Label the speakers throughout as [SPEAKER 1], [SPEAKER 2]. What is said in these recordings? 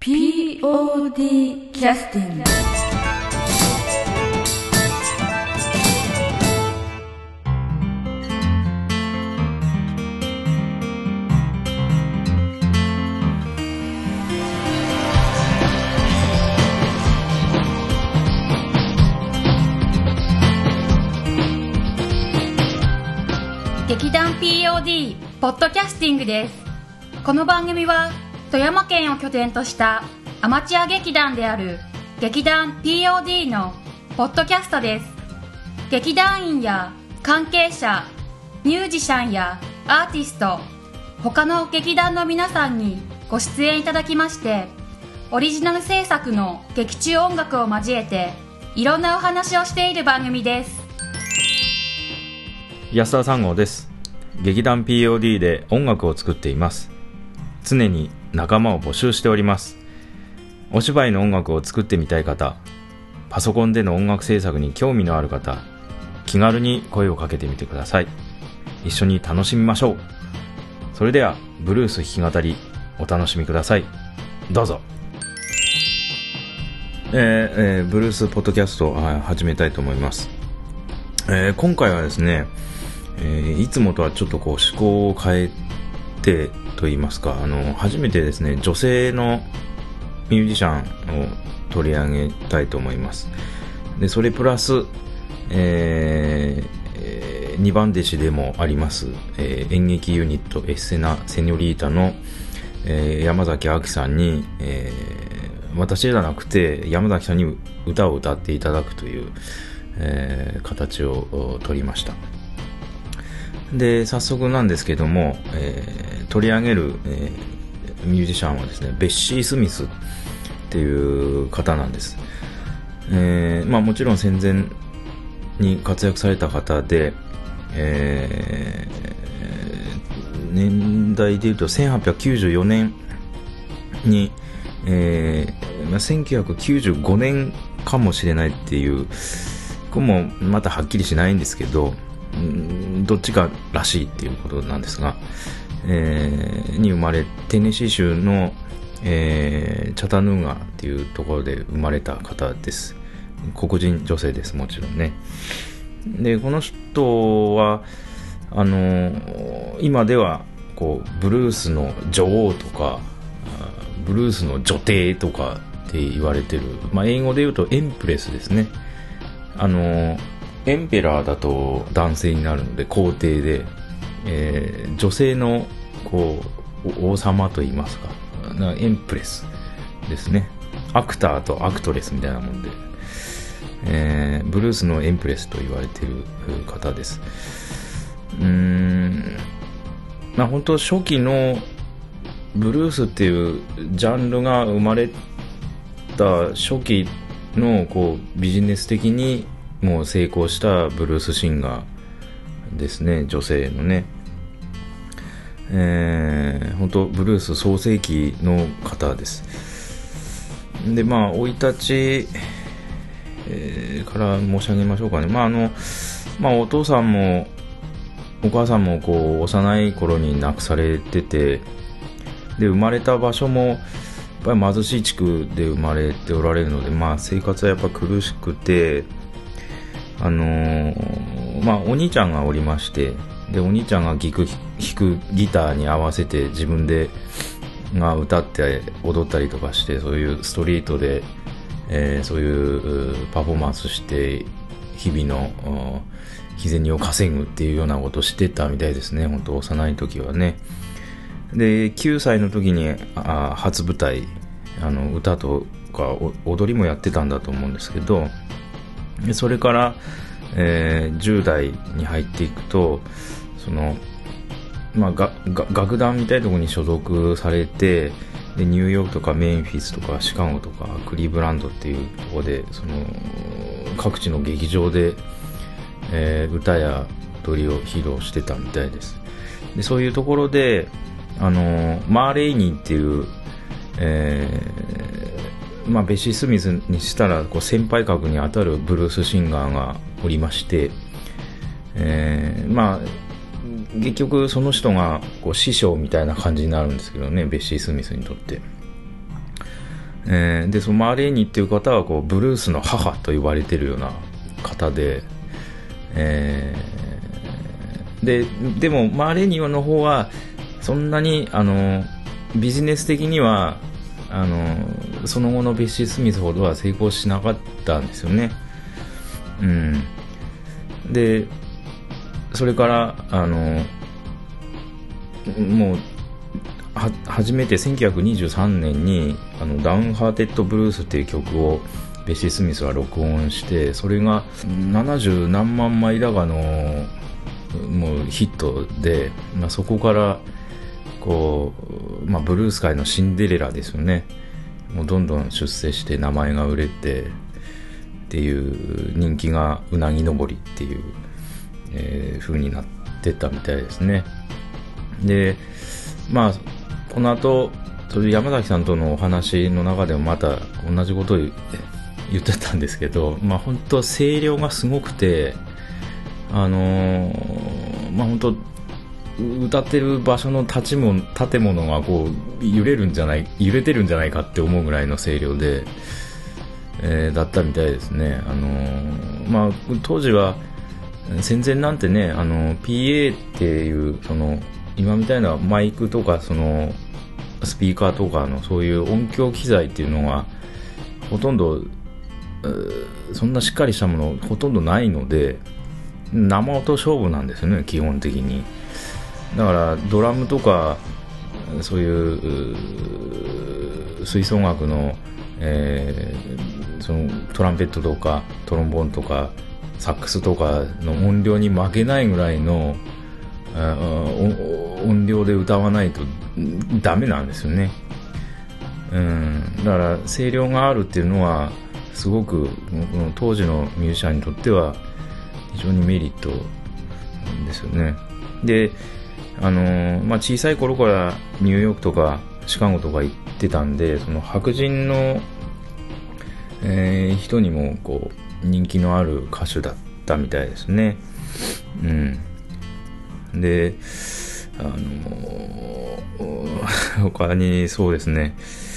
[SPEAKER 1] POD キャスティング。
[SPEAKER 2] 劇団 POD ポッドキャスティングです。この番組は富山県を拠点としたアマチュア劇団である劇団 POD のポッドキャストです。劇団員や関係者、ミュージシャンやアーティスト、他の劇団の皆さんにご出演いただきまして、オリジナル制作の劇中音楽を交えていろんなお話をしている番組です。
[SPEAKER 3] 安田三号です。劇団 POD で音楽を作っています。常に仲間を募集しております。お芝居の音楽を作ってみたい方、パソコンでの音楽制作に興味のある方、気軽に声をかけてみてください。一緒に楽しみましょう。それではブルース弾き語りお楽しみください。どうぞ。ブルースポッドキャストを始めたいと思います。今回はですね、いつもとはちょっとこう趣向を変えてと言いますか、初めてですね、女性のミュージシャンを取り上げたいと思います。でそれプラス、2番弟子でもあります、演劇ユニットエッセナセニョリータの、山崎亜紀さんに、私じゃなくて山崎さんに歌を歌っていただくという、形を取りました。で早速なんですけども、取り上げる、ミュージシャンはですね、ベッシー・スミスっていう方なんです。もちろん戦前に活躍された方で、年代でいうと1894年に、1995年かもしれないっていう、これもまたはっきりしないんですけど、どっちからしいっていうことなんですが、に生まれ、テネシー州の、チャタヌーガっていうところで生まれた方です。黒人女性です、もちろんね。でこの人は今ではこうブルースの女王とかブルースの女帝とかって言われてる、英語で言うとエンプレスですね。エンペラーだと男性になるので皇帝で、女性のこう王様と言いますか、エンプレスですね。アクターとアクトレスみたいなもんで、ブルースのエンプレスと言われている方です。本当初期のブルースっていうジャンルが生まれた初期のこうビジネス的にもう成功したブルースシンガーですね、女性のね。本当ブルース創世期の方です。で生い立ち、から申し上げましょうかね。お父さんもお母さんもこう幼い頃に亡くされてて、で生まれた場所もやっぱり貧しい地区で生まれておられるので、生活はやっぱ苦しくて、お兄ちゃんがおりまして、でお兄ちゃんが弾くギターに合わせて自分で歌って踊ったりとかして、そういうストリートで、そういうパフォーマンスして日々の日銭を稼ぐっていうようなことをしてたみたいですね、本当幼い時はね。で9歳の時に初舞台、歌とか踊りもやってたんだと思うんですけど、それから、10代に入っていくと、楽団みたいなところに所属されて、でニューヨークとかメンフィスとかシカゴとかクリーブランドっていうところで各地の劇場で、歌や踊りを披露してたみたいです。でそういうところでマーレイニーっていう、ベッシー・スミスにしたらこう先輩格にあたるブルースシンガーがおりまして、結局その人がこう師匠みたいな感じになるんですけどね、ベッシー・スミスにとって。 でそのマーレーニっていう方はこうブルースの母と言われてるような方で、でもマーレーニの方はそんなにビジネス的にはその後のベッシー・スミスほどは成功しなかったんですよね。でそれからもう初めて1923年にダウンハーテッドブルースっていう曲をベッシー・スミスは録音して、それが70何万枚だかのもうヒットで、そこからこう、ブルース界のシンデレラですよね。もうどんどん出世して名前が売れてっていう人気がうなぎ登りっていう、風になってたみたいですね。でこの後そういう山崎さんとのお話の中でもまた同じことを言ってたんですけど、本当声量がすごくて本当歌ってる場所の建物がこう揺れてるんじゃないかって思うぐらいの声量で、だったみたいですね。当時は戦前なんてねPA っていうその今みたいなマイクとかそのスピーカーとかのそういう音響機材っていうのがほとんどそんなしっかりしたものほとんどないので、生音勝負なんですよね、基本的に。だからドラムとかそういう吹奏楽の、そのトランペットとかトロンボーンとかサックスとかの音量に負けないぐらいの音量で歌わないとダメなんですよね。だから声量があるっていうのはすごくこの当時のミュージシャンにとっては非常にメリットですよね。で小さい頃からニューヨークとかシカゴとか行ってたんで、その白人の、人にもこう人気のある歌手だったみたいですね。で他にそうですね、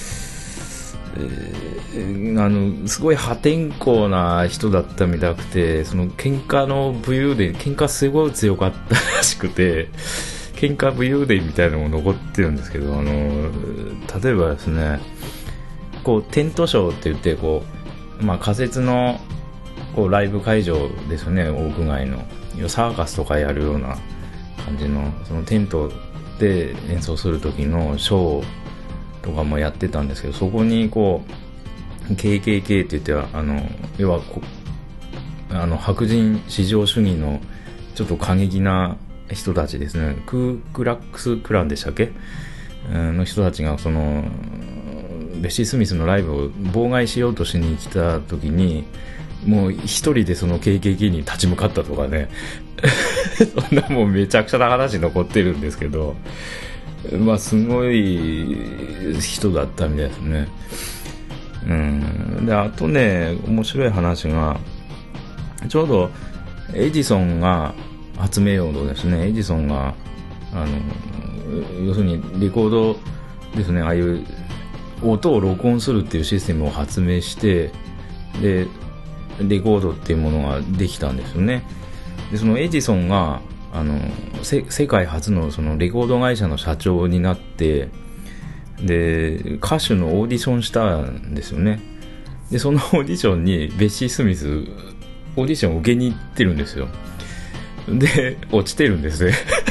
[SPEAKER 3] すごい破天荒な人だったみたくて、その喧嘩の武勇伝、喧嘩すごい強かったらしくて、喧嘩武勇伝みたいなのも残ってるんですけど、例えばですね、こうテントショーって言ってこう、仮設のこうライブ会場ですよね、屋外のサーカスとかやるような感じのそのテントで演奏する時のショーとかもやってたんですけど、そこにこう KKK って言っては要は白人至上主義のちょっと過激な人たちですね、クーラックスクランでしたっけ、の人たちがそのベッシー・スミスのライブを妨害しようとしに来た時に、もう一人でその KKK に立ち向かったとかねそんなもうめちゃくちゃな話残ってるんですけど、すごい人だったみたいですね。であとね、面白い話が、ちょうどエジソンが発明王道ですね。エジソンが要するにレコードですね、ああいう音を録音するっていうシステムを発明して、でレコードっていうものができたんですよね。でそのエジソンが世界初のそのレコード会社の社長になって、で歌手のオーディションしたんですよね。でそのオーディションにベッシー・スミスオーディションを受けに行ってるんですよ。で落ちてるんですね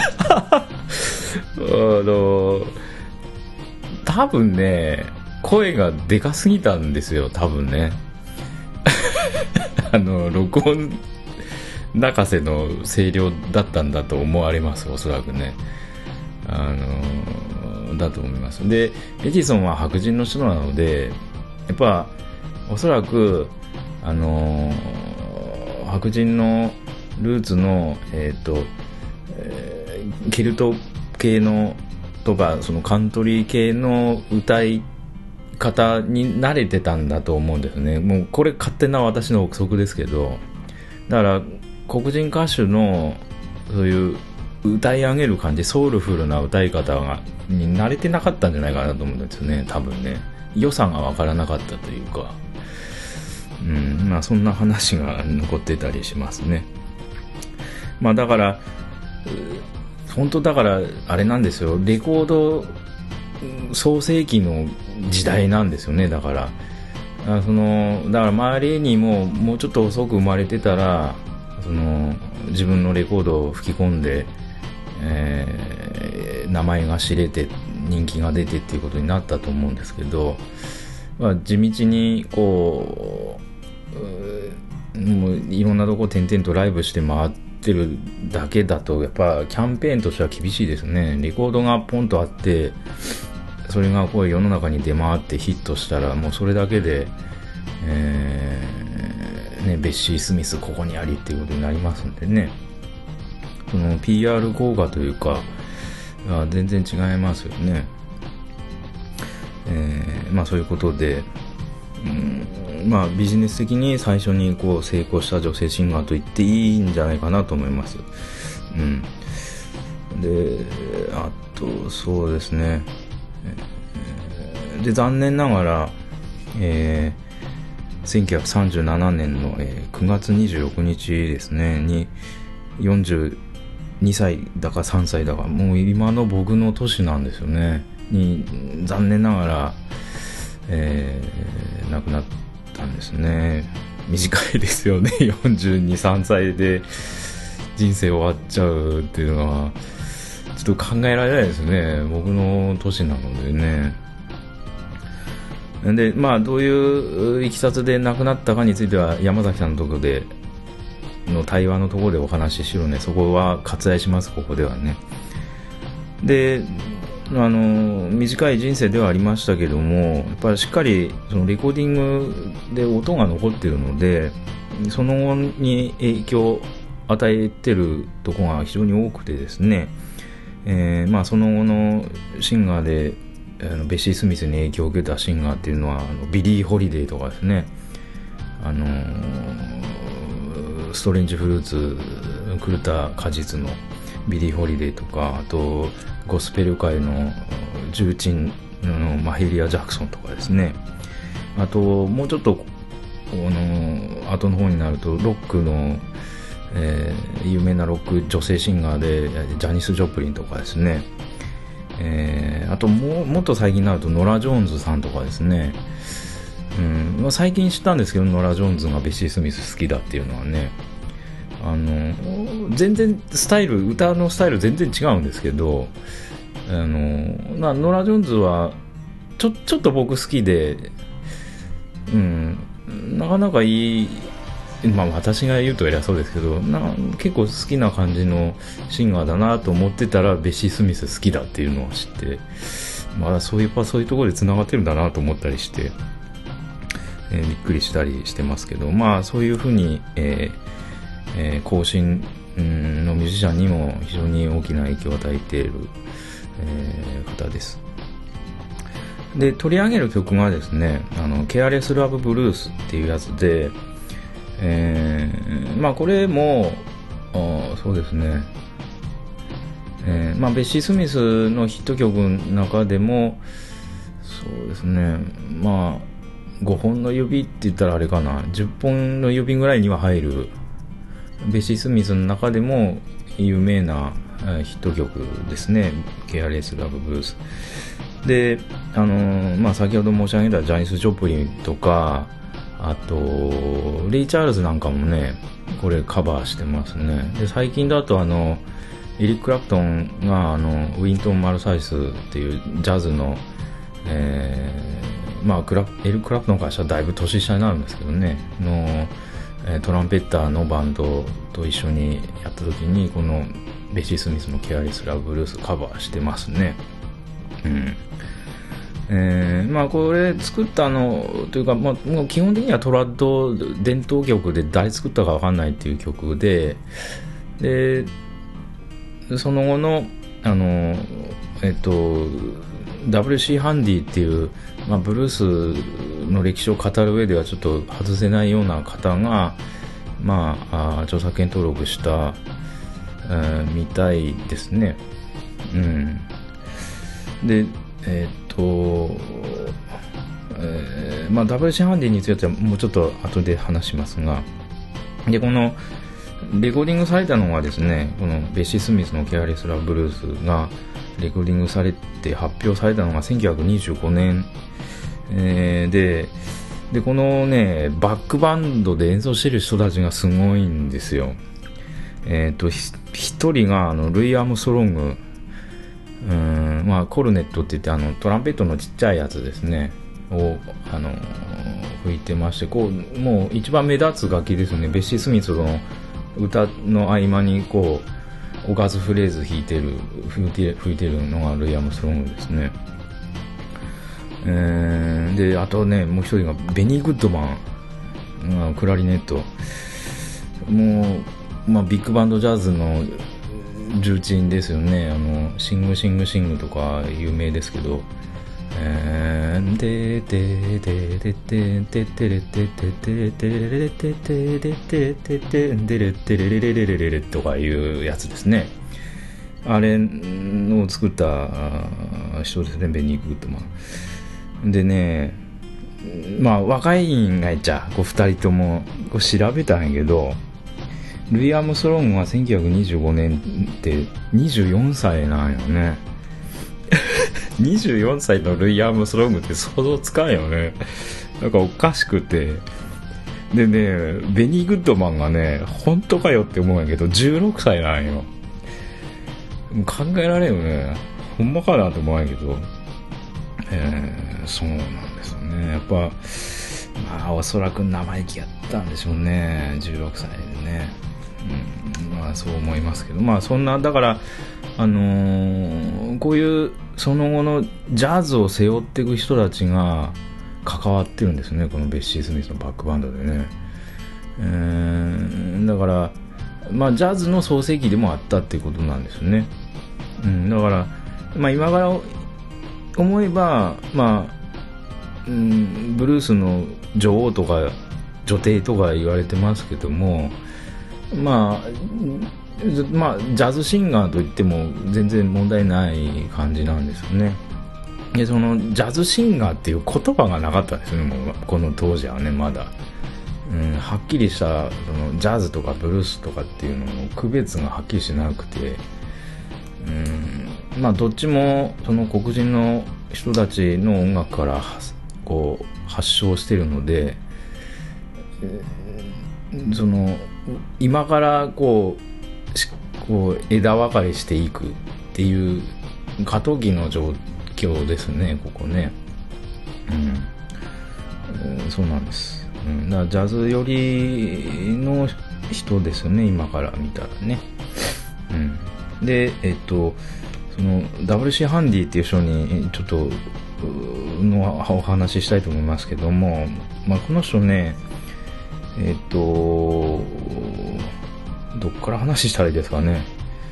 [SPEAKER 3] 多分ね、声がでかすぎたんですよ、多分ね録音泣かせの声量だったんだと思われます、おそらくね。だと思います。でエジソンは白人の人なので、やっぱおそらく白人のルーツのケルト系のとかそのカントリー系の歌い方に慣れてたんだと思うんですね。もうこれ勝手な私の憶測ですけど、だから黒人歌手のそういう歌い上げる感じ、ソウルフルな歌い方に慣れてなかったんじゃないかなと思うんですよね、多分ね。 良さが分からなかったというか、まあそんな話が残ってたりしますね。まあだから本当だからあれなんですよ、レコード創世期の時代なんですよね。だからだから周りにもうちょっと遅く生まれてたら自分のレコードを吹き込んで、名前が知れて人気が出てっていうことになったと思うんですけど、まあ、地道にこうもういろんなとこ転々とライブして回ってるだけだとやっぱキャンペーンとしては厳しいですね。レコードがポンとあってそれがこう世の中に出回ってヒットしたらもうそれだけで、ベッシー・スミスここにありっていうことになりますんでね、その PR 効果というか全然違いますよね。まあそういうことで、まあビジネス的に最初にこう成功した女性シンガーと言っていいんじゃないかなと思います。で、あとそうですね。で残念ながら、1937年の、9月26日ですねに42歳だか3歳だかもう今の僕の年なんですよねに残念ながら、亡くなったんですね。短いですよね。42、3歳で人生終わっちゃうっていうのはちょっと考えられないですね。僕の年なのでね。でまあどういういきさつで亡くなったかについては山崎さんのところでの対話のところでお話ししろね。そこは割愛します。ここではね。で短い人生ではありましたけどもやっぱりしっかりそのレコーディングで音が残っているのでその後に影響を与えてるところが非常に多くてですね、まあその後のシンガーでベッシー・スミスに影響を受けたシンガーっていうのはビリー・ホリデーとかですね、ストレンジ・フルーツ狂った果実のビリー・ホリデーとか、あとゴスペル界の重鎮のマヘリア・ジャクソンとかですね、あともうちょっと後の方になるとロックの、有名なロック女性シンガーでジャニス・ジョプリンとかですね、あともっと最近になるとノラ・ジョーンズさんとかですね、最近知ったんですけどノラ・ジョーンズがベッシー・スミス好きだっていうのはね、全然歌のスタイル全然違うんですけどノラ・ジョーンズはちょっと僕好きで、なかなかいい、まあ私が言うと偉そうですけど結構好きな感じのシンガーだなと思ってたらベッシー・スミス好きだっていうのを知って、まあそういうところで繋がってるんだなと思ったりして、びっくりしたりしてますけど、まあそういうふうに、後進のミュージシャンにも非常に大きな影響を与えている、方です。で取り上げる曲がですねケアレスラブブルースっていうやつで、まあこれもそうですね、まあベッシー・スミスのヒット曲の中でもそうですね、まあ5本の指って言ったらあれかな、10本の指ぐらいには入るベッシー・スミスの中でも有名なヒット曲ですね、ケアレスラブブルースで、まあ先ほど申し上げたジャニス・ジョプリンとか、あとレイ・チャールズなんかもねこれカバーしてますね。で最近だとエリック・クラプトンがウィントン・マルサイスっていうジャズの、まあエリック・クラプトンからしたらだいぶ年下になるんですけどねのトランペッターのバンドと一緒にやった時にこのベッシー・スミスのケアレスラブブルースカバーしてますね。まあこれ作ったというか、まあ、もう基本的にはトラッド伝統曲で誰作ったか分かんないっていう曲でその後のWC ハンディっていう、まあ、ブルースの歴史を語る上ではちょっと外せないような方が、まあ、著作権登録した、みたいですね。 ダブルシハンディについてはもうちょっと後で話しますが、でこのレコーディングされたのはですね、このベッシー・スミスのケアレス・ラブ・ブルースがレコーディングされて発表されたのが1925年、でこのねバックバンドで演奏してる人たちがすごいんですよ。一人がルイ・アームストロング、コルネットって言ってトランペットのちっちゃいやつですねを吹いてまして、こうもう一番目立つ楽器ですね。ベッシー・スミスの歌の合間にこうおかずフレーズ吹いてるのがルイ・アームストロングですね。であとねもう一人がベニー・グッドマン、クラリネット、もう、ビッグバンドジャズの重鎮ですよね。シングシングシングとか有名ですけど、でででででででででででででででででとかいうやつですね。あれを作った人ですね、ベニー・グッドマンでね。若いんがいちゃこう2人ともこう調べたんやけど、ルイ・アームストロングは1925年って24歳なんよね。24歳のルイ・アームストロングって想像つかんよね。なんかおかしくて。でね、ベニー・グッドマンがね、本当かよって思うんやけど、16歳なんよ。考えられんよね。ほんまかなと思うんやけど。そうなんですよね。やっぱ、おそらく生意気やったんでしょうね。16歳でね。そう思いますけど、そんなだからこういうその後のジャズを背負っていく人たちが関わってるんですね、このベッシー・スミスのバックバンドでね。だからジャズの創世記でもあったっていうことなんですよね。だから今から思えばブルースの女王とか女帝とか言われてますけども、ジャズシンガーといっても全然問題ない感じなんですよね。でそのジャズシンガーっていう言葉がなかったんですよね、もうこの当時はね。まだ、はっきりしたそのジャズとかブルースとかっていうのの区別がはっきりしなくて、どっちもその黒人の人たちの音楽からこう発祥してるので、その今からこう枝分かれしていくっていう過渡期の状況ですね、ここね。そうなんです。だからジャズ寄りの人ですよね、今から見たらね。でその WC ハンディっていう人にちょっとのお話ししたいと思いますけども、この人ねどっから話したらいいですかね。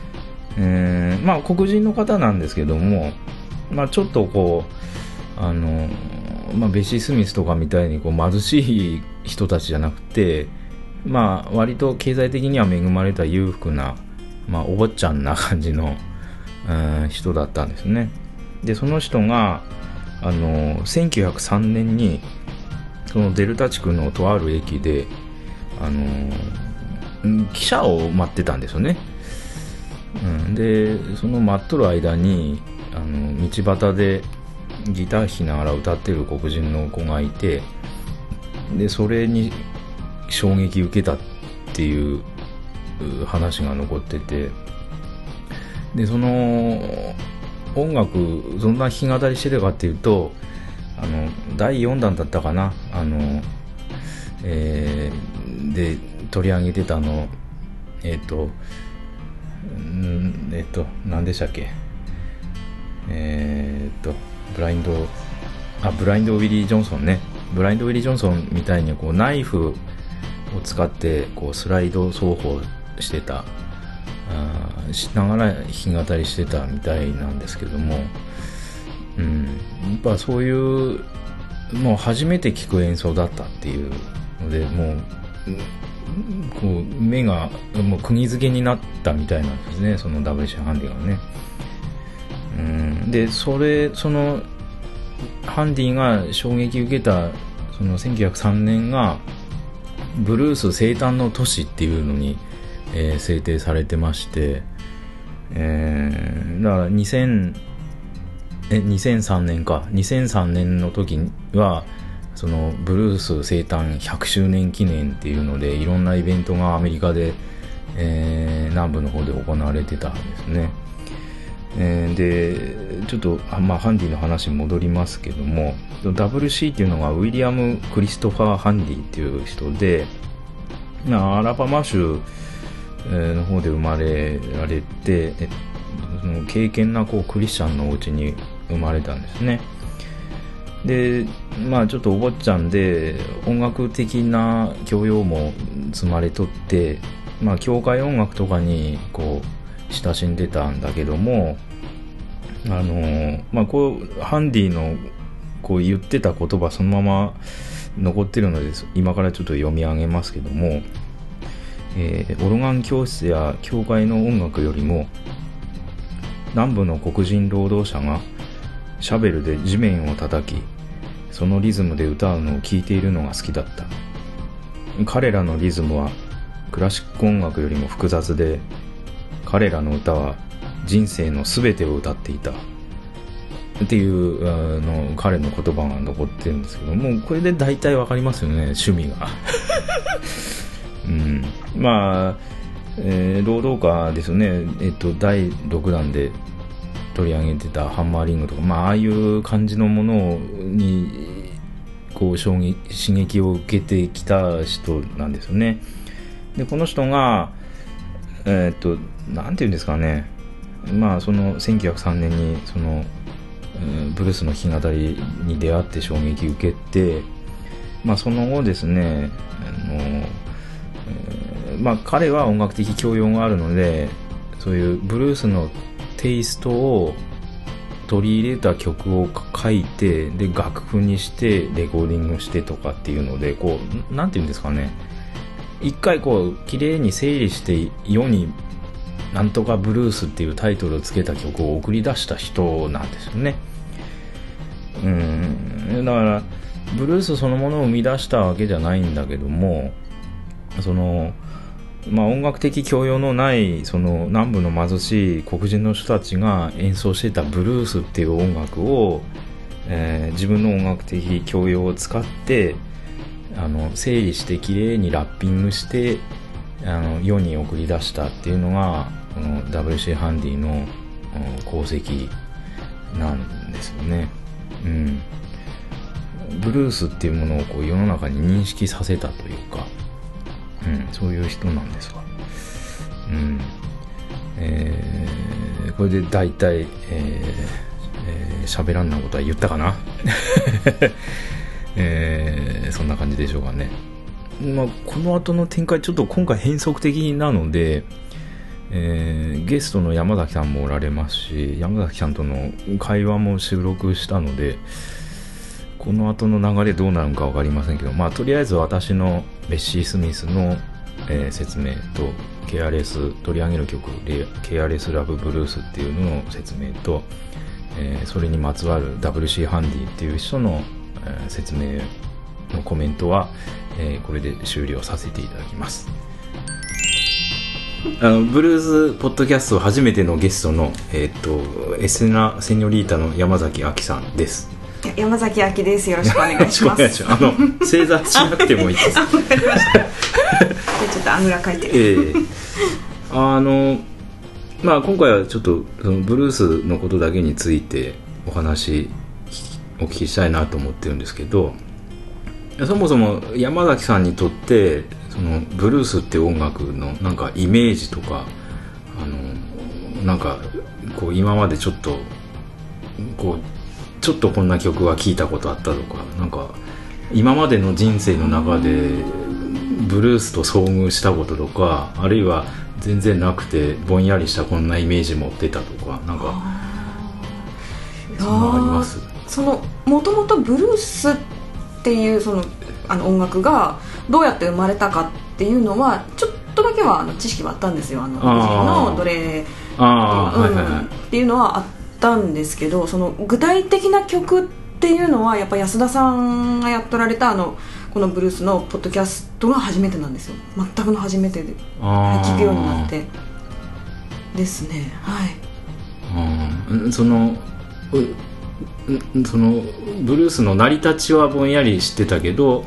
[SPEAKER 3] 黒人の方なんですけども、ちょっとこうベッシー・スミスとかみたいにこう貧しい人たちじゃなくて、割と経済的には恵まれた裕福な、お坊ちゃんな感じの、人だったんですね。でその人が1903年にそのデルタ地区のとある駅で汽車を待ってたんですよね。でその待っとる間に道端でギター弾きながら歌ってる黒人の子がいて、でそれに衝撃受けたっていう話が残ってて、でその音楽どんな弾き語りしてたかっていうと第4弾だったかな、で取り上げてた何でしたっけ、ブラインドウィリー・ジョンソンね。ブラインドウィリー・ジョンソンみたいにこうナイフを使ってこうスライド奏法してたしながら弾き語りしてたみたいなんですけども、やっぱそういうもう初めて聴く演奏だったっていうので、もうこう目がもう釘付けになったみたいなんですね、その WC ハンディがね。でそのハンディが衝撃受けたその1903年がブルース生誕の年っていうのに、制定されてまして、だから2003年か2003年の時はそのブルース生誕100周年記念っていうのでいろんなイベントがアメリカで、南部の方で行われてたんですね。でちょっと、ハンディの話に戻りますけども、WC っていうのがウィリアム・クリストファー・ハンディっていう人で、アラバマ州の方で生まれられて、その敬虔なクリスチャンのお家に生まれたんですね。でちょっとお坊ちゃんで音楽的な教養も積まれとって、教会音楽とかに親しんでたんだけども、ハンディの言ってた言葉そのまま残ってるので今からちょっと読み上げますけども、オルガン教室や教会の音楽よりも南部の黒人労働者がシャベルで地面を叩きそのリズムで歌うのを聴いているのが好きだった。彼らのリズムはクラシック音楽よりも複雑で、彼らの歌は人生のすべてを歌っていたっていう彼の言葉が残ってるんですけども、これで大体わかりますよね、趣味が労働歌ですよね。第6弾で取り上げてたハンマーリングとか、ああいう感じのものに刺激を受けてきた人なんですよね。でこの人がなんていうんですかね、その1903年にその、ブルースの弾き語りに出会って衝撃を受けて、その後ですね、彼は音楽的教養があるので、そういうブルースのテイストを取り入れた曲を書いて、で楽譜にしてレコーディングしてとかっていうので、なんていうんですかね、一回綺麗に整理して世になんとかブルースっていうタイトルをつけた曲を送り出した人なんですよね。だからブルースそのものを生み出したわけじゃないんだけども、その音楽的教養のないその南部の貧しい黒人の人たちが演奏してたブルースっていう音楽を、自分の音楽的教養を使って整理してきれいにラッピングして世に送り出したっていうのがこの WC ハンディの功績なんですよね。ブルースっていうものを世の中に認識させたというか、そういう人なんですわ。これで大体喋らんなことは言ったかなそんな感じでしょうかね。この後の展開ちょっと今回変則的なので、ゲストの山崎さんもおられますし、山崎さんとの会話も収録したので、この後の流れどうなるのか分かりませんけど、とりあえず私のベッシー・スミスの、説明とケアレス取り上げる曲ケアレスラブブルースっていうのの説明と、それにまつわる WC ハンディっていう人の、説明のコメントは、これで終了させていただきます。ブルースポッドキャスト初めてのゲストの、エスナセニョリータの山崎亜紀さんです。
[SPEAKER 4] 山崎亜紀です。よろしくお願いします。
[SPEAKER 3] 正座しなくてもいいです。
[SPEAKER 4] わかりました。ちょっとあぐらかいて。
[SPEAKER 3] 今回はちょっとそのブルースのことだけについてお聞きしたいなと思ってるんですけど、そもそも山崎さんにとってそのブルースって音楽のなんかイメージとか、なんか今までちょっとこんな曲は聴いたことあったとか、なんか今までの人生の中でブルースと遭遇したこととか、あるいは全然なくてぼんやりしたこんなイメージ持ってたとか、なんかそんなあります？
[SPEAKER 4] もともとブルースっていう音楽がどうやって生まれたかっていうのはちょっとだけは知識はあったんですよ。の奴隷っていうのはあったんですけど、その具体的な曲っっていうのはやっぱ安田さんがやっとられたこのブルースのポッドキャストが初めてなんですよ。全くの初めてで聞くようになってですね。はい。
[SPEAKER 5] そのブルースの成り立ちはぼんやり知ってたけど、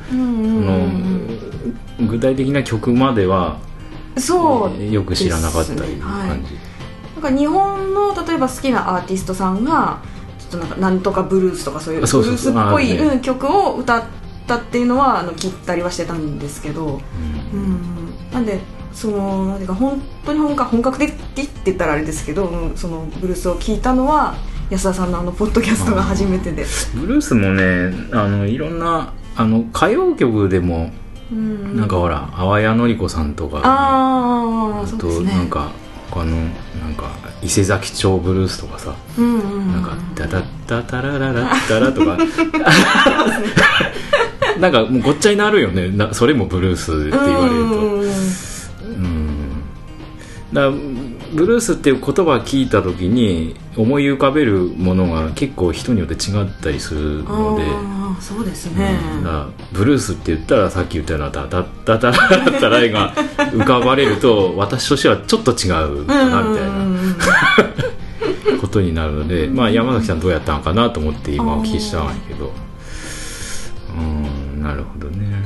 [SPEAKER 5] 具体的な曲までは
[SPEAKER 4] そう
[SPEAKER 5] よく知らなかったいう感じ、
[SPEAKER 4] はい、なんか日本の例えば好きなアーティストさんがちょっとなんとかブルースとかそういうブルースっぽい曲を歌ったっていうのは聞いたりはしてたんですけど、なんでなんていうか本当に本格的って言ったらあれですけど、そのブルースを聞いたのは安田さんのポッドキャストが初めてで。
[SPEAKER 5] ブルースもねいろんな歌謡曲でもなんかほら淡谷のり子さんとか、
[SPEAKER 4] そうですね、
[SPEAKER 5] なんか他のなんか伊勢崎町ブルースとかさ、なんかダダッダタラララッタラとかなんかもうごっちゃになるよね。それもブルースって言われると、だからブルースっていう言葉を聞いた時に思い浮かべるものが結構人によって違ったりするので。
[SPEAKER 4] そうですね、
[SPEAKER 5] だからブルースって言ったらさっき言ったようなダダッダタララッタラが浮かばれると私としてはちょっと違うかなみたいなことになるので、山崎さんどうやったのかなと思って今お聞きしたんだけど、なるほどね。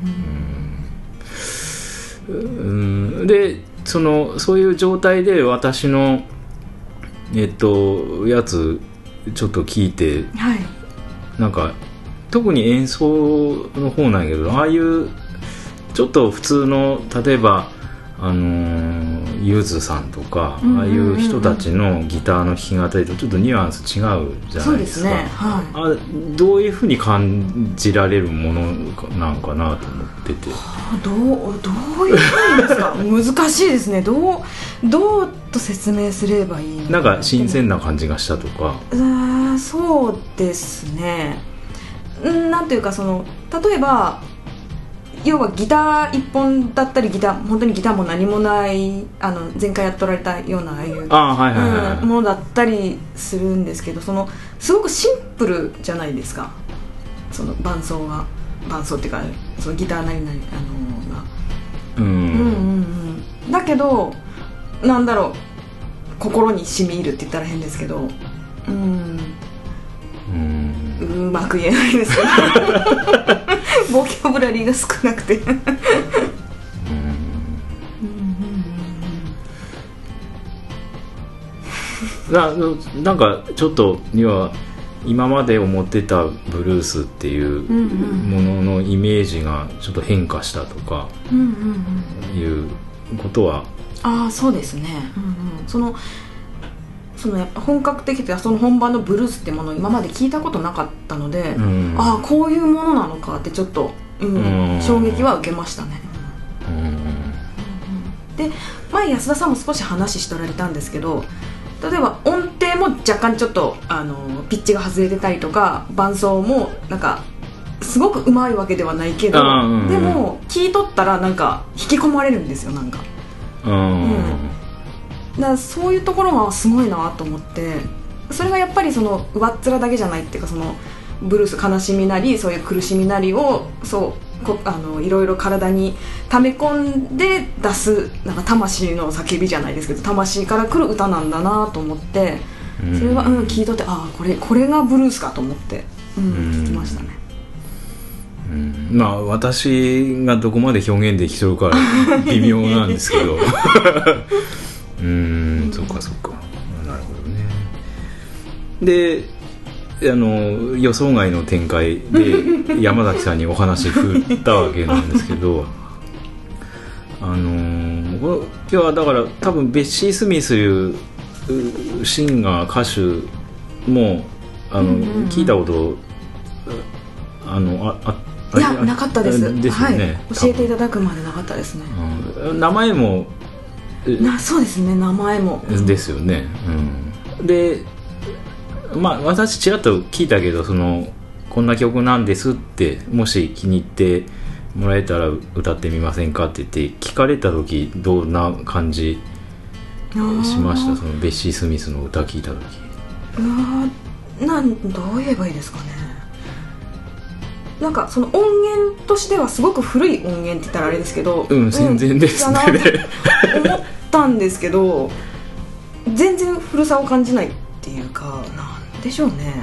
[SPEAKER 5] でそういう状態で私のやつちょっと聞いて、なんか特に演奏の方なんやけど、ああいうちょっと普通の例えばゆずさんとか、ああいう人たちのギターの弾き語りとちょっとニュアンス違うじゃないですか。
[SPEAKER 4] そうですね、
[SPEAKER 5] どういうふうに感じられるものなのかなと思ってて、
[SPEAKER 4] どういうふうにですか難しいですね。どうと説明すればいいのか。
[SPEAKER 5] なんか新鮮な感じがしたとか。
[SPEAKER 4] そうですね、なんていうか例えば要はギター一本だったり本当にギターも何もない前回やっとられたようなああいうものだったりするんですけど、すごくシンプルじゃないですか、伴奏っていうかそのギターなりなりがだけどなんだろう、心に染み入るって言ったら変ですけど、うまく言えないですけどボキャブラリーが少なくて
[SPEAKER 5] なんかちょっと今まで思ってたブルースっていうもののイメージがちょっと変化したとかいうことは、
[SPEAKER 4] そうですね、やっぱ本格的というか本場のブルースってものを今まで聞いたことなかったので、こういうものなのかってちょっと、衝撃は受けましたね。で前安田さんも少し話しとられたんですけど、例えば音程も若干ちょっとピッチが外れてたりとか、伴奏もなんかすごくうまいわけではないけど、でも聞いとったらなんか引き込まれるんですよ、なんか。だからそういうところがすごいなと思って、それがやっぱり上っ面だけじゃないっていうか、ブルース悲しみなりそういう苦しみなりをいろいろ体に溜め込んで出すなんか魂の叫びじゃないですけど、魂から来る歌なんだなと思って、それは聞いとってこれがブルースかと思って聞きましたね。
[SPEAKER 5] 私がどこまで表現できてるか微妙なんですけどそっかなるほどね。で予想外の展開で山崎さんにお話振ったわけなんですけど今日はだから多分ベッシー・スミスいうシンガー歌手も聞いたこと
[SPEAKER 4] いやなかったです
[SPEAKER 5] ですよね、
[SPEAKER 4] 教えていただくまでなかったですね。
[SPEAKER 5] 名前も
[SPEAKER 4] そうですね、名前も
[SPEAKER 5] ですよね、で私ちらっと聞いたけどこんな曲なんですって、もし気に入ってもらえたら歌ってみませんかって言って聞かれた時どんな感じしました？ベッシー・スミスの歌聞いた時。
[SPEAKER 4] どう言えばいいですかね。 なんかその音源としてはすごく古い音源って言ったらあれですけど、
[SPEAKER 5] 戦前ですね、
[SPEAKER 4] 思ったんですけど全然古さを感じないっていうか、なんでしょうね、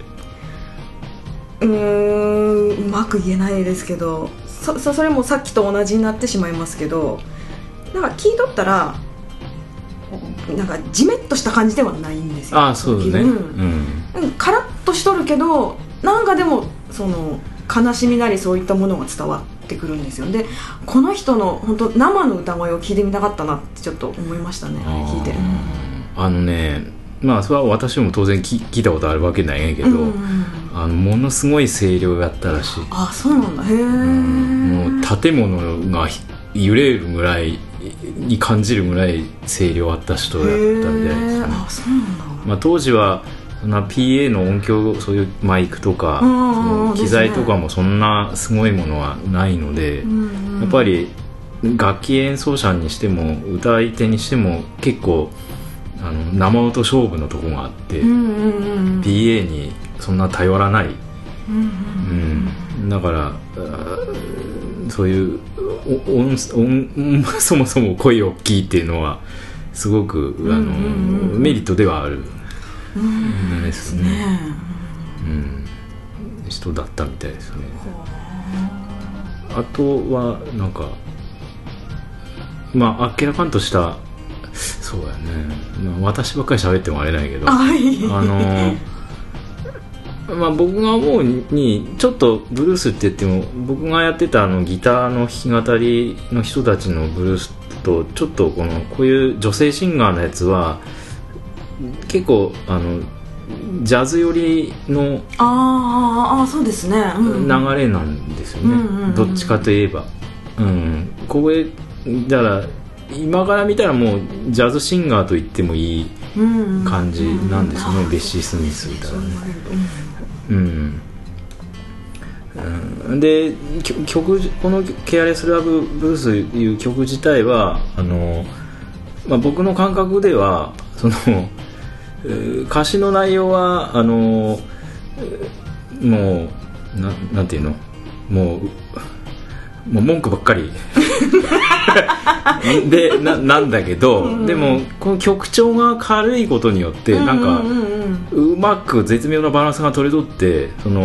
[SPEAKER 4] うまく言えないですけど、それもさっきと同じになってしまいますけど、なんか聞いとったらなんかジメッとした感じではないんですよ。
[SPEAKER 5] あ、そうだね、
[SPEAKER 4] カラッとしとるけど、なんかでもその悲しみなりそういったものが伝わってくるんですよ。で、この人の本当生の歌声を聞いてみたかったなってちょっと思いましたね、聞いて。
[SPEAKER 5] まあそれは私も当然聞いたことあるわけないんやけど、ものすごい声量やったらしい。
[SPEAKER 4] あ、そうなんだ。へえ。
[SPEAKER 5] もう建物が揺れるぐらいに感じるぐらい声量あった人だったみたいですね。
[SPEAKER 4] あ、そうなんだ。まあ、
[SPEAKER 5] 当時はそんな PA の音響、そういうマイクとか、その機材とかもそんなすごいものはないので、やっぱり楽器演奏者にしても歌い手にしても結構生音勝負のとこがあって、PA にそんな頼らない、だからそういうそもそも声大きいっていうのはすごくメリットではあるですね、人だったみたいですね。あとはなんかまあ明らかんとしたそうやね、まあ、私ばっかり喋ってもあれないけどまあ、僕が思うにちょっとブルースって言っても僕がやってたギターの弾き語りの人たちのブルースとちょっとこういう女性シンガーのやつは結構ジャズ寄りの
[SPEAKER 4] そうですね、
[SPEAKER 5] 流れなんですよね、どっちかといえば、これだから今から見たらもうジャズシンガーと言ってもいい感じなんですよね、ベッシー・スミスみたいなね。で曲、この「ケアレス・ラブ・ブルース」いう曲自体はまあ、僕の感覚ではその歌詞の内容はもうなんていうの、もう文句ばっかりでなんだけど、でもこの曲調が軽いことによってなんかうまく絶妙なバランスが取れとって、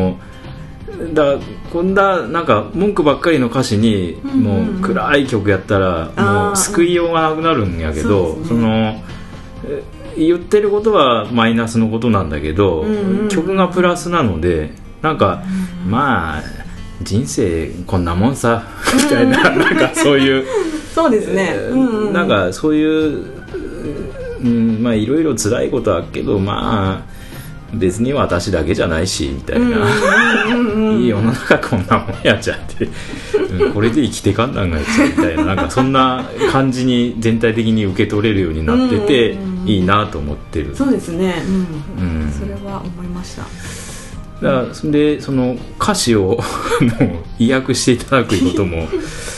[SPEAKER 5] こんなんか文句ばっかりの歌詞にもう暗い曲やったらもう救いようがなくなるんやけど、その言ってることはマイナスのことなんだけど、曲がプラスなのでなんかまあ人生こんなもんさみたいな、なんかそういう
[SPEAKER 4] そうですね、
[SPEAKER 5] なんかそういう、まあいろいろ辛いことはあるけど、まあ別に私だけじゃないしみたいな、いい世の中こんなもんやっちゃって、これで生きてかんなんがいちみたいな、なんかそんな感じに全体的に受け取れるようになってていいなと思ってる。
[SPEAKER 4] そうですね、それは思いました。
[SPEAKER 5] だからその歌詞をもう意訳していただくことも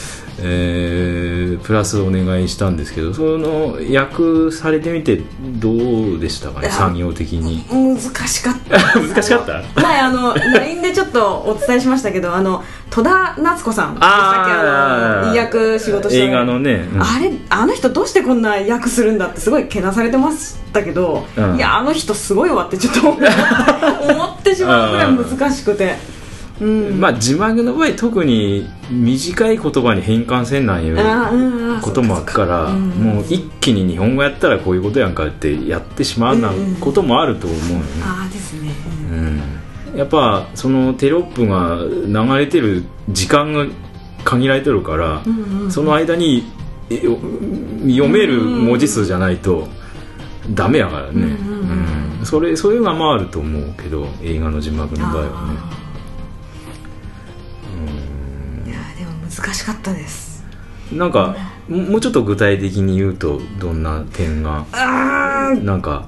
[SPEAKER 5] プラスお願いしたんですけど、その訳されてみてどうでしたかね、産業的に。
[SPEAKER 4] 難しかった
[SPEAKER 5] 難しかった。
[SPEAKER 4] 前LINE でちょっとお伝えしましたけど、戸田夏子さんでしたっけ、意訳仕事した
[SPEAKER 5] 映画のね、
[SPEAKER 4] あの人どうしてこんな訳するんだってすごいけなされてましたけど、いやあの人すごいわってちょっと思ってしまうぐらい難しくて。まあ字幕の場合特に短い言葉に変換せんなんいうこともあるから、もう一気に日本語やったらこういうことやんかってやってしまうなこともあると思うよね。 ですね、
[SPEAKER 5] やっぱそのテロップが流れてる時間が限られてるから、その間に読める文字数じゃないとダメやからね、そういうのもあると思うけど、映画の字幕の場合はね。
[SPEAKER 4] 難しかったです。
[SPEAKER 5] なんかもうちょっと具体的に言うとどんな点がなんか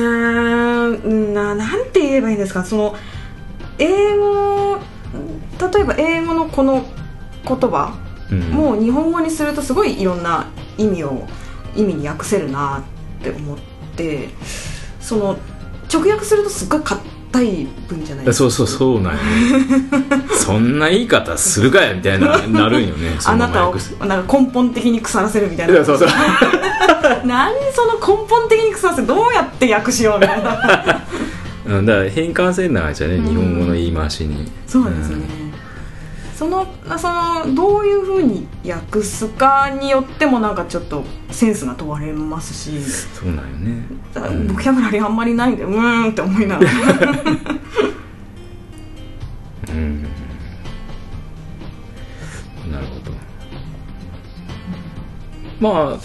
[SPEAKER 4] なんて言えばいいんですか、その英語、例えば英語のこの言葉、もう日本語にするとすごいいろんな意味に訳せるなって思って、その直訳するとすっごい硬たい分じゃないですか。
[SPEAKER 5] そうなんよねそんな言い方するかやみたいななるんよね
[SPEAKER 4] あなたをなんか根本的に腐らせるみたいな。
[SPEAKER 5] そう
[SPEAKER 4] 何その根本的に腐らせどうやって訳しようみたいな
[SPEAKER 5] だから変換せんなじゃね、日本語の言い回しに。
[SPEAKER 4] そうですね、そのどういう風に訳すかによってもなんかちょっとセンスが問われますし。
[SPEAKER 5] そうなんよね、
[SPEAKER 4] ボキャブラリーあんまりないんでって思いながら
[SPEAKER 5] なるほど。ま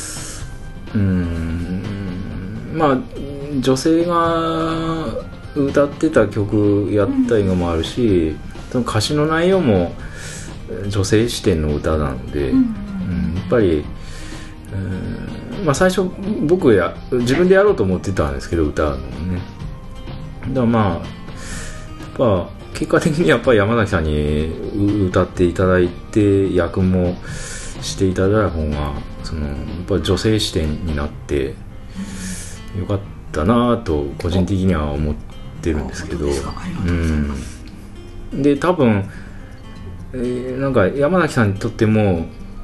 [SPEAKER 5] あ女性が歌ってた曲やった映画もあるし、その歌詞の内容も女性視点の歌なので、やっぱり、最初僕自分でやろうと思ってたんですけど、歌うのもね。だからやっぱ結果的にやっぱり山崎さんに歌っていただいて役もしていただいた方がやっぱ女性視点になってよかったなと個人的には思ってるんですけど、で多分、なんか山崎さんにとっても、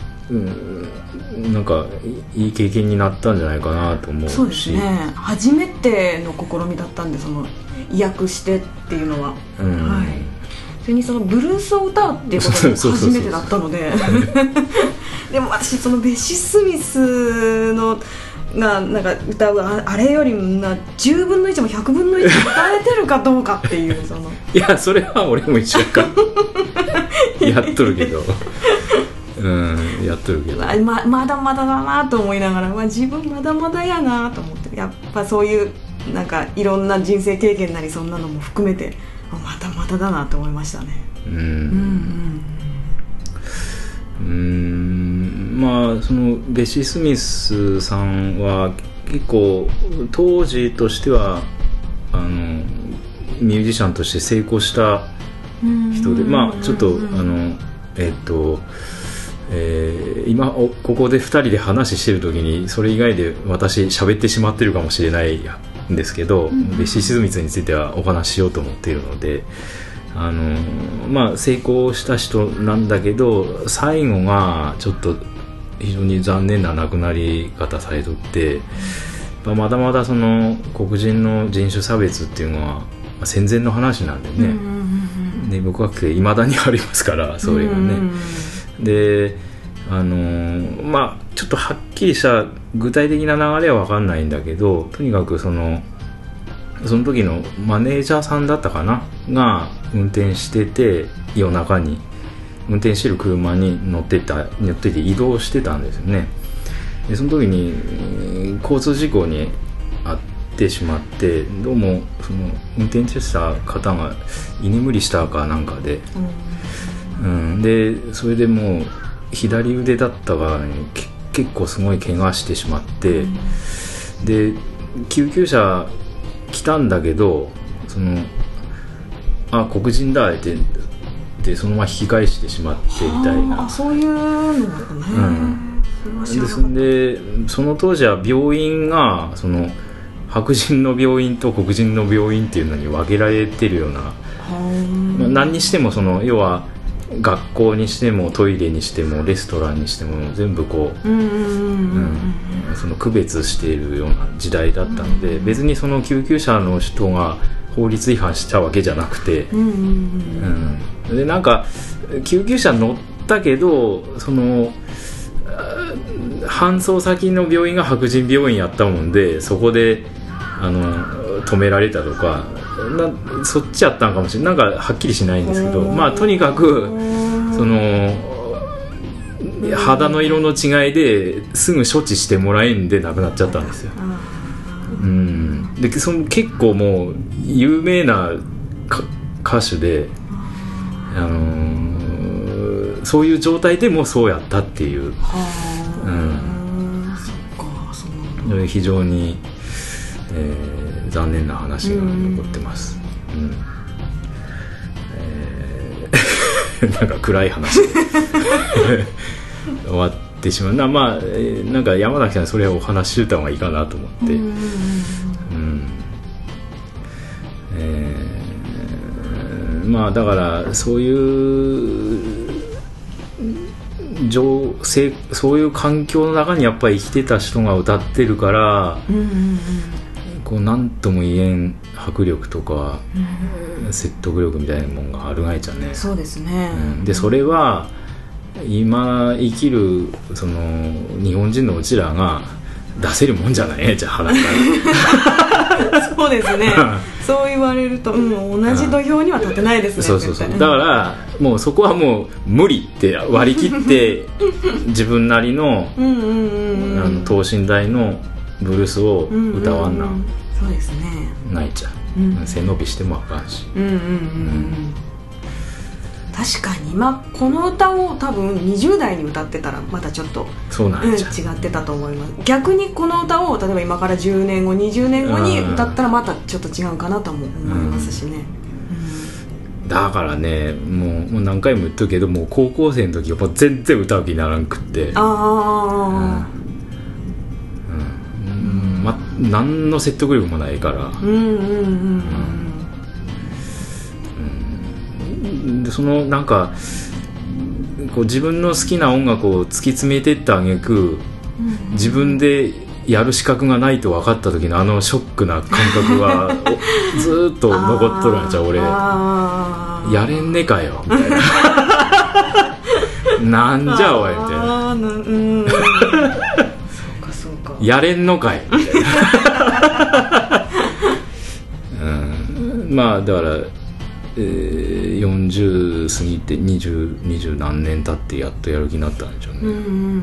[SPEAKER 5] なんかいい経験になったんじゃないかなと思うし。
[SPEAKER 4] そうですね、初めての試みだったんで、意訳してっていうのは、それにブルースを歌うっていうことも初めてだったのででも私ベッシー・スミスのがなんか歌うあれよりも10分の1も100分の1歌えてるかどうかっていう
[SPEAKER 5] いやそれは俺も一緒かやっとるけどやっとるけど、
[SPEAKER 4] まだまだだなと思いながら、自分まだまだやなと思って、やっぱそういうなんかいろんな人生経験なりそんなのも含めてまだまだだなと思いましたね。
[SPEAKER 5] そのベッシー・スミスさんは結構当時としてはミュージシャンとして成功した人で、ちょっと今ここで2人で話してる時にそれ以外で私喋ってしまってるかもしれないんですけど、ベッシー・スミスについてはお話ししようと思っているので、成功した人なんだけど最後がちょっと非常に残念な亡くなり方されとって、まだまだその黒人の人種差別っていうのは戦前の話なんでね、で僕は未だにありますからそれがね、でちょっとはっきりした具体的な流れは分かんないんだけど、とにかくその時のマネージャーさんだったかなが運転してて、夜中に運転してる車に乗ってて移動してたんですよね。でその時に交通事故に遭ってしまって、どうもその運転した方が居眠りしたかなんかで、でそれでもう左腕だったから、結構すごい怪我してしまって、で救急車来たんだけど黒人だってでそのまま引き返してしまってみたいな。
[SPEAKER 4] そういうのがね、
[SPEAKER 5] でその当時は病院が白人の病院と黒人の病院っていうのに分けられてるような、何にしても要は学校にしてもトイレにしてもレストランにしても全部その区別しているような時代だったので、別にその救急車の人が法律違反したわけじゃなくて、でなんか救急車乗ったけど搬送先の病院が白人病院やったもんで、そこで止められたとかそっちやったんかもしれない、なんかはっきりしないんですけど、とにかく肌の色の違いですぐ処置してもらえんで亡くなっちゃったんですよ。で結構もう有名な歌手で、そういう状態でもそうやったっていう、非常に、残念な話が残ってます。なんか暗い話で終わってしまうなんか山崎さんそれをお話ししてた方がいいかなと思って、 まあだからそういうそういう環境の中にやっぱり生きてた人が歌ってるから、こう何とも言えん迫力とか、説得力みたいなもんがあるがいちゃね。
[SPEAKER 4] そうですね、
[SPEAKER 5] でそれは今生きるその日本人のうちらが出せるもんじゃないじゃあ鼻から
[SPEAKER 4] そうですねそう言われると、同じ土俵には立てないですね。
[SPEAKER 5] そうだからもうそこはもう無理って割り切って自分なりの等身大のブルースを歌わんな、
[SPEAKER 4] そうですね、
[SPEAKER 5] ないちゃう、背伸びしてもあかんし、
[SPEAKER 4] 確かに今この歌を多分20代に歌ってたらまたちょっと
[SPEAKER 5] そうなんじゃ、
[SPEAKER 4] 違ってたと思います。逆にこの歌を例えば今から10年後20年後に歌ったらまたちょっと違うかなとも思いますしね、
[SPEAKER 5] だからねもう何回も言っとるけどもう高校生の時はもう全然歌う気にならんくって、何の説得力もないから、でそのなんかこう自分の好きな音楽を突き詰めていった挙句、自分でやる資格がないと分かった時のあのショックな感覚はずっと残っとるんちゃう俺。やれんねかよみたいななんじゃおいみたいなそうかやれんのかいみたいな、まあだから40過ぎて20何年経ってやっとやる気になったんでしょうね、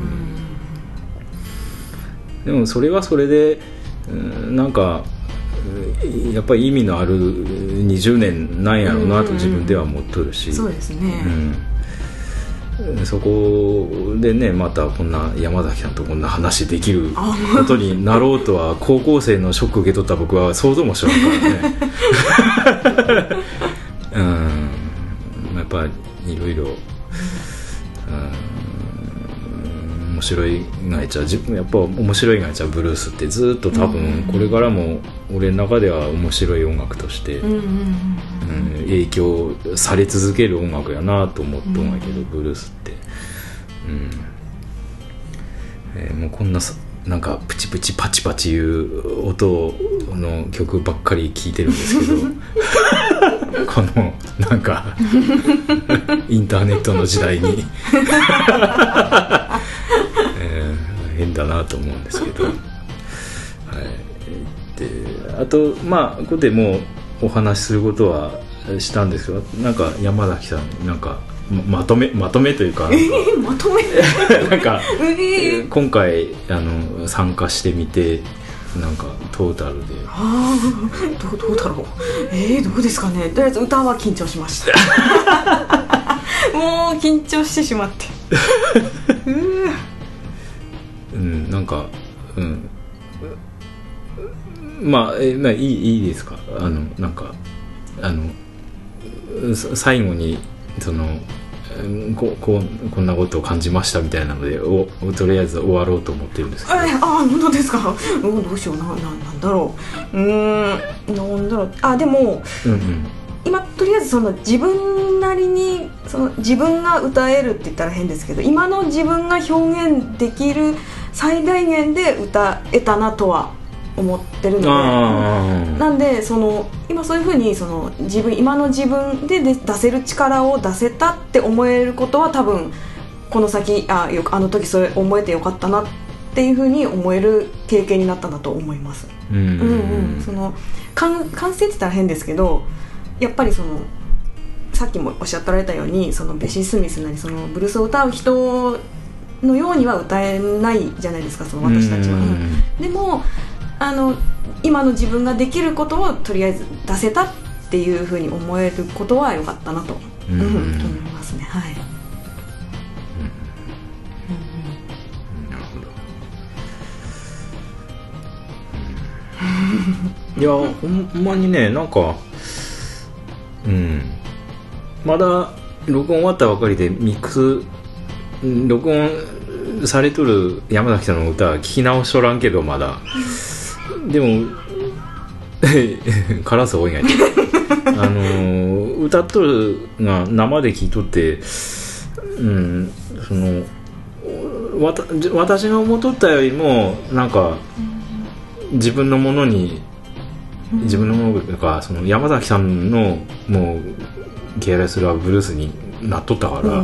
[SPEAKER 5] でもそれはそれでなんかやっぱり意味のある20年なんやろうなと自分では思っとるし、
[SPEAKER 4] そうですね、
[SPEAKER 5] そこでねまたこんな山崎さんとこんな話できることになろうとは高校生のショック受け取った僕は想像もしなかったからねやっぱりいろいろ面白いがいちゃうやっぱ面白いがいちゃうブルースってずっと多分これからも俺の中では面白い音楽として影響され続ける音楽やなと思っとんやけど、ブルースって、もうこんななんかプチプチパチパチいう音の曲ばっかり聴いてるんですけどこのなんかインターネットの時代に変だなと思うんですけど、であとまあここでもうお話しすることはしたんですけど、なんか山崎さんなんかまとめというか
[SPEAKER 4] まとめ
[SPEAKER 5] なんか、今回参加してみてなんかトータルで
[SPEAKER 4] どうだろう、どうですかね。とりあえず歌は緊張しましたもう緊張してしまって
[SPEAKER 5] なんかまあいいですか。なんか最後にこんなことを感じましたみたいなのでとりあえず終わろうと思ってるんですけど、
[SPEAKER 4] 本当ですか。どうしようなんだろうなんだろう。でも、今とりあえずその自分なりに自分が歌えるって言ったら変ですけど、今の自分が表現できる最大限で歌えたなとは思ってるので、なんで今そういう風に今の自分で出せる力を出せたって思えることは多分この先あの時それ思えてよかったなっていう風に思える経験になったんだと思います。完成って言ったら変ですけど、やっぱりさっきもおっしゃってられたようにベシー・スミスなりブルースを歌う人のようには歌えないじゃないですか、私たちは。でも今の自分ができることをとりあえず出せたっていう風に思えることは良かったなと、思いますね。はい。
[SPEAKER 5] なるほど。いやほんまにね、なんかまだ録音終わったばかりでミックス録音されとる山崎さんの歌聞き直しとらんけどまだでもカラス多いがい歌っとるが生で聴いとって、私が思っとったよりもなんか自分のものがその山崎さんのもうケアレスラブルースになっとったから、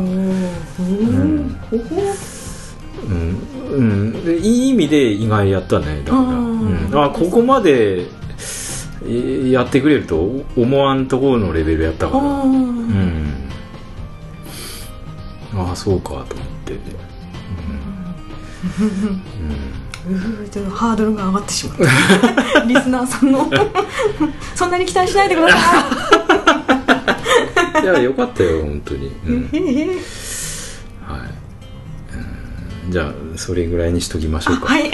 [SPEAKER 5] でいい意味で意外やったね。だから、ここまでやってくれると思わんところのレベルやったから、そうかと思って、
[SPEAKER 4] ちょっとハードルが上がってしまったリスナーさんのそんなに期待しないでくださ
[SPEAKER 5] い。いやよかったよ本当に、じゃあそれぐらいにしときましょうか。はい、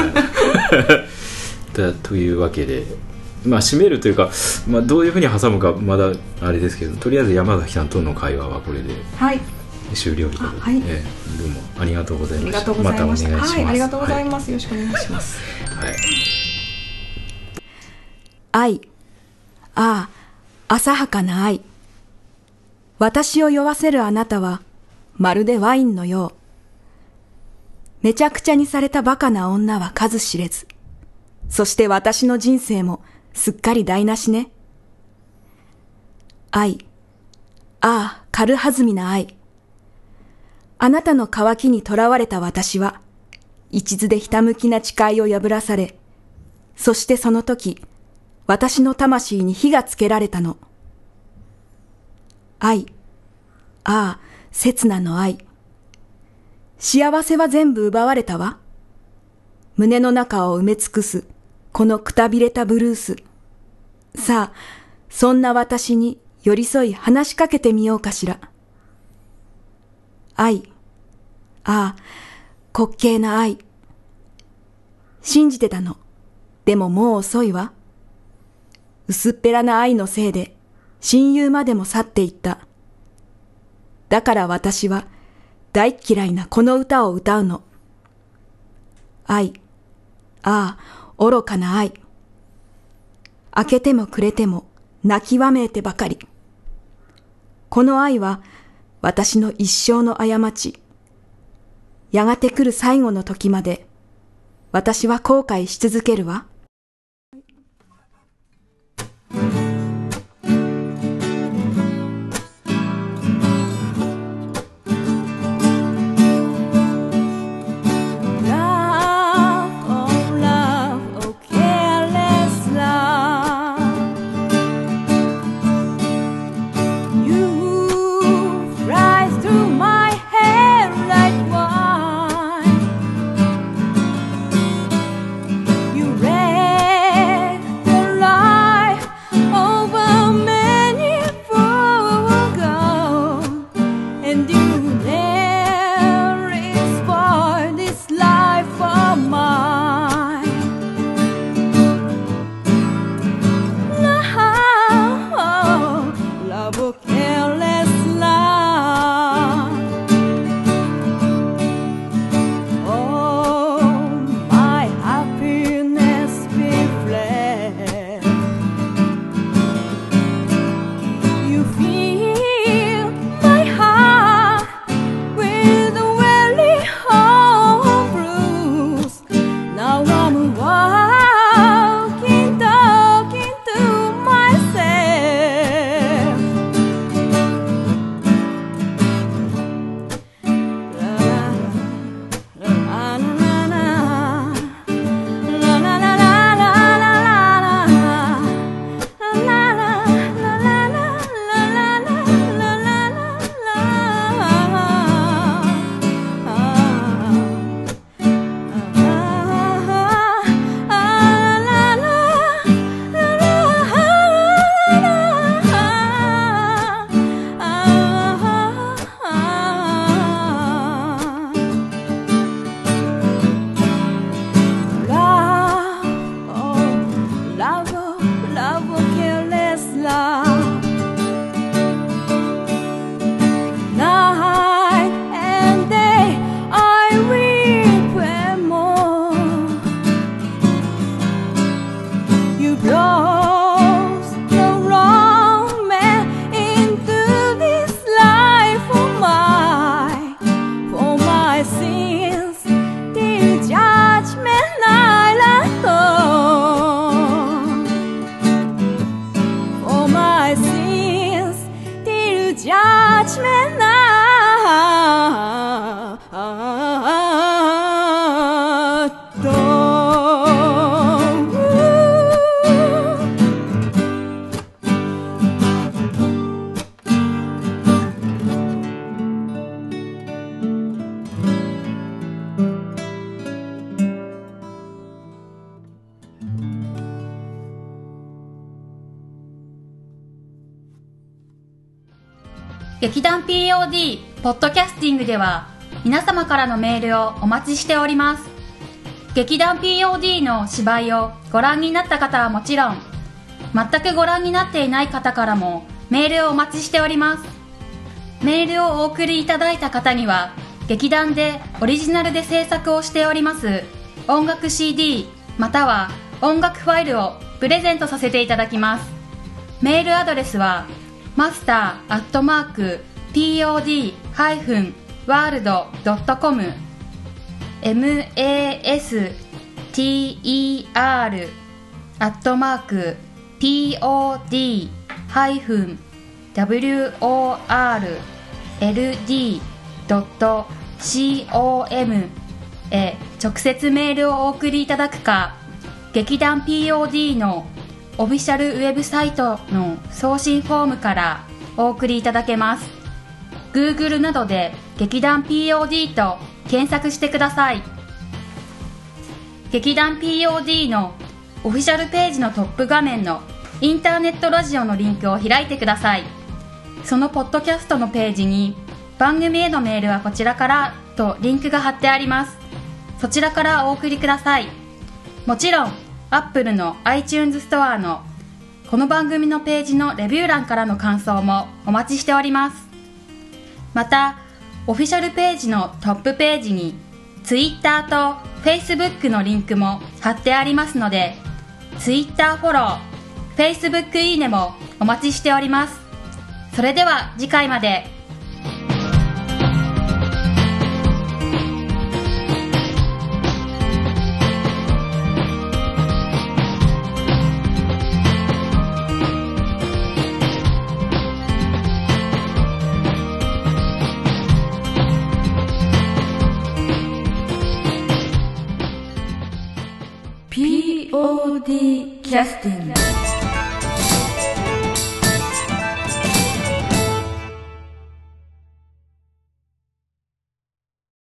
[SPEAKER 5] というわけで、締めるというか、どういうふうに挟むかまだあれですけど、とりあえず山崎さんとの会話はこれで終了ということで、どうもありがとうございました。またお願いします。
[SPEAKER 4] ありがとうございます。よろしくお願いします。
[SPEAKER 1] 愛、浅はかな愛。私を酔わせるあなたはまるでワインのよう。めちゃくちゃにされたバカな女は数知れず。そして私の人生もすっかり台無しね。愛、軽はずみな愛。あなたの渇きにとらわれた私は、一途でひたむきな誓いを破らされ、そしてその時、私の魂に火がつけられたの。愛、刹那の愛。幸せは全部奪われたわ。胸の中を埋め尽くす、このくたびれたブルース。さあ、そんな私に寄り添い話しかけてみようかしら。愛、滑稽な愛。信じてたの。でももう遅いわ。薄っぺらな愛のせいで、親友までも去っていった。だから私は、大っ嫌いなこの歌を歌うの。愛、愚かな愛。明けても暮れても泣きわめいてばかり。この愛は私の一生の過ち。やがて来る最後の時まで私は後悔し続けるわ。
[SPEAKER 6] You ran
[SPEAKER 2] 劇団 POD ポッドキャスティングでは皆様からのメールをお待ちしております。劇団 POD の芝居をご覧になった方はもちろん、全くご覧になっていない方からもメールをお待ちしております。メールをお送りいただいた方には、劇団でオリジナルで制作をしております音楽 CD または音楽ファイルをプレゼントさせていただきます。メールアドレスはmaster@pod-world.com master@pod-world.com へ直接メールをお送りいただくか、劇団 POD のオフィシャルウェブサイトの送信フォームからお送りいただけます。 Google などで劇団 POD と検索してください。劇団 POD のオフィシャルページのトップ画面のインターネットラジオのリンクを開いてください。そのポッドキャストのページに番組へのメールはこちらからとリンクが貼ってあります。そちらからお送りください。もちろん Apple の iTunes ストアのこの番組のページのレビュー欄からの感想もお待ちしております。またオフィシャルページのトップページに Twitter と Facebook のリンクも貼ってありますので、 Twitter フォロー、 Facebook いいねもお待ちしております。それでは次回まで。
[SPEAKER 1] POD キャスティング